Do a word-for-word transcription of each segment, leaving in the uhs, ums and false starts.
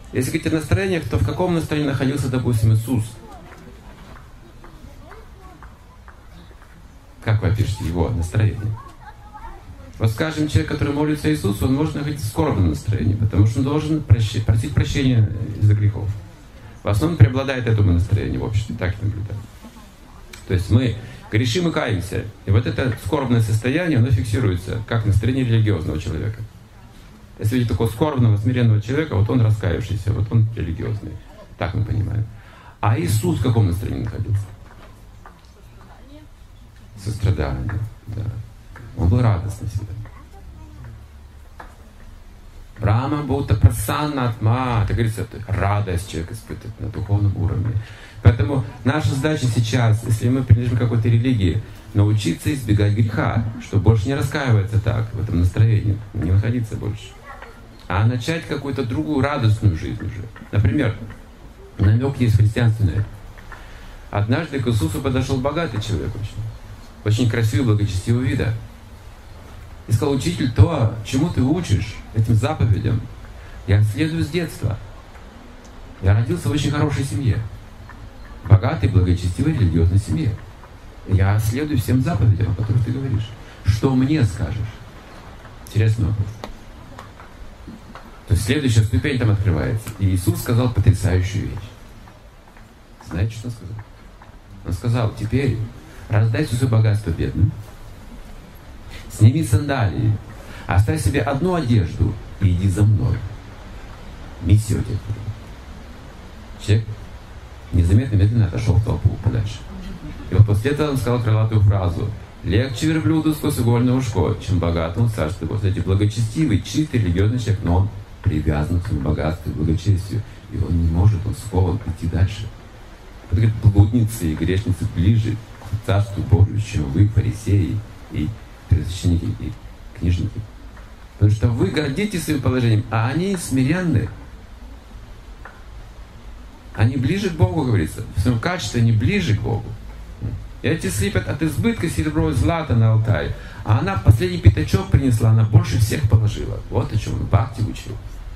Если говорить о настроениях, то в каком настроении находился, допустим, Иисус? Как вы опишете его настроение? Вот скажем, человек, который молится Иисусу, он может находиться в скорбном настроении, потому что он должен прощ... просить прощения из-за грехов. В основном преобладает это настроение в обществе, так и наблюдаем. То есть мы грешим и каемся. И вот это скорбное состояние, оно фиксируется как настроение религиозного человека. Если видите такого скорбного, смиренного человека, вот он раскаявшийся, вот он религиозный. Так мы понимаем. А Иисус в каком настроении находился? Сострадание. Да. Он был радостный всегда. Брахма будто прасанна атма. Это говорится, радость человек испытывает на духовном уровне. Поэтому наша задача сейчас, если мы принадлежим к какой-то религии, научиться избегать греха, чтобы больше не раскаиваться так, в этом настроении, не находиться больше. А начать какую-то другую радостную жизнь уже. Например, намек есть христианственный. Однажды к Иисусу подошел богатый человек очень, очень красивый, благочестивого вида. И сказал: учитель, то, чему ты учишь, этим заповедям, я следую с детства. Я родился в очень хорошей семье. Богатой, благочестивой, религиозной семье. Я следую всем заповедям, о которых ты говоришь. Что мне скажешь? Интересный вопрос. То есть следующая ступень там открывается. И Иисус сказал потрясающую вещь. Знаете, что он сказал? Он сказал: теперь раздай все свое богатство бедным, сними сандалии, оставь себе одну одежду и иди за мной. Миссия у тебя. Человек незаметно, медленно отошел в толпу подальше. И вот после этого он сказал крылатую фразу: легче верблюду сквозь угольное ушко, чем богатому царству. Вот эти благочестивый, чистый, религиозный человек, но он привязан к своему богатству и благочестию. И он не может, он скован идти дальше. Вот, говорит, блудницы и грешницы ближе к Царству Божию, чем вы, фарисеи и первосвященники и книжники. Потому что вы гордитесь своим положением, а они смиренны. Они ближе к Богу, говорится. В своем качестве они ближе к Богу. И эти слепят от избытка серебро и злато на алтарь. А она последний пятачок принесла, она больше всех положила. Вот о чем он Бхакти учил.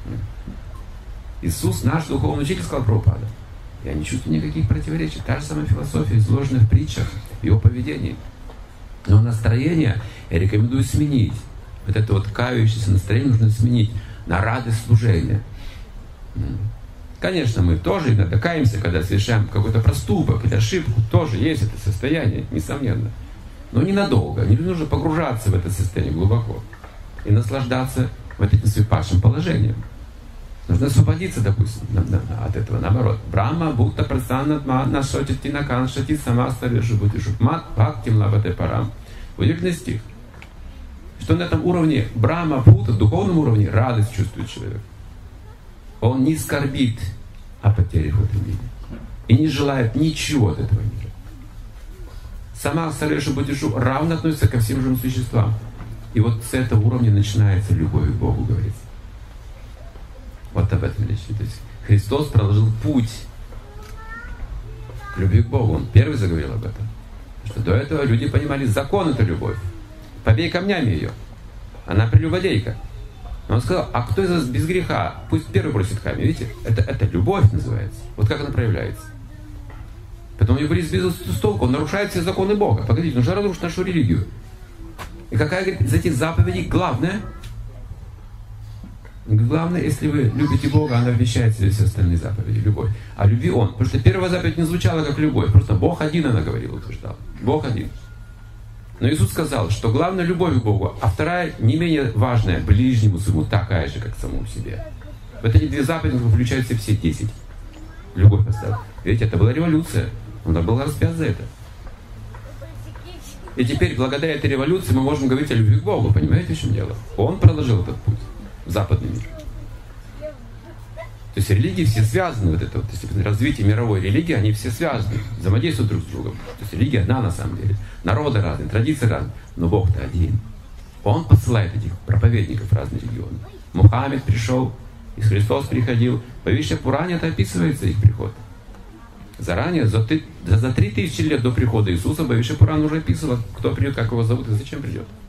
Иисус, наш духовный учитель, сказал Прабхупада: я не чувствую никаких противоречий. Та же самая философия, изложенная в притчах, в его поведении. Но настроение я рекомендую сменить. Вот это вот кающееся настроение нужно сменить на радость служения. Конечно, мы тоже иногда каемся, когда совершаем какой-то проступок или ошибку. Тоже есть это состояние, несомненно. Но ненадолго. Не нужно погружаться в это состояние глубоко. И наслаждаться вот этим свипашим положением. Нужно освободиться, допустим, от этого. Наоборот. Брахма будта прасаннатма нашотити наканшати самастарежу будишупмат бхактим лавате парам. Удивительный стих. Что на этом уровне Брахма будта, духовном уровне, радость чувствует человек. Он не скорбит о потере в этом мире. И не желает ничего от этого мира. Сама Сареша Бодишу равно относится ко всем живым существам. И вот с этого уровня начинается любовь к Богу, говорится. Вот об этом речь. То есть Христос проложил путь к любви к Богу. Он первый заговорил об этом. Что до этого люди понимали, закон — это любовь. Побей камнями ее. Она прелюбодейка. Но он сказал: а кто из вас без греха, пусть первый бросит камень. Видите, это, это любовь называется. Вот как она проявляется. Потом у него были сбиты с толку, он нарушает все законы Бога. Погодите, нужно разрушить нашу религию. И какая, говорит, из этих заповедей главная? Главное, если вы любите Бога, она вмещает в себе все остальные заповеди, любовь. А любви Он. Потому что первая заповедь не звучала как любовь. Просто Бог один, она говорила, утверждала. Бог один. Но Иисус сказал, что главное — любовь к Богу, а вторая, не менее важная, ближнему своему, такая же, как самому себе. Вот эти две заповеди включаются все десять. Любовь поставил. Видите, это была революция. Он был распят за это. И теперь, благодаря этой революции, мы можем говорить о любви к Богу. Понимаете, в чем дело? Он проложил этот путь в западный мир. То есть религии все связаны, вот это вот, если развитие мировой религии, они все связаны, взаимодействуют друг с другом. То есть религия одна на самом деле. Народы разные, традиции разные, но Бог-то один. Он посылает этих проповедников в разные регионы. Мухаммед пришел, и Христос приходил. По Вишне Пуране это описывается, их приход. Заранее, за три тысячи лет до прихода Иисуса, Бхавишья Пурана уже описывала, кто придет, как его зовут и зачем придет.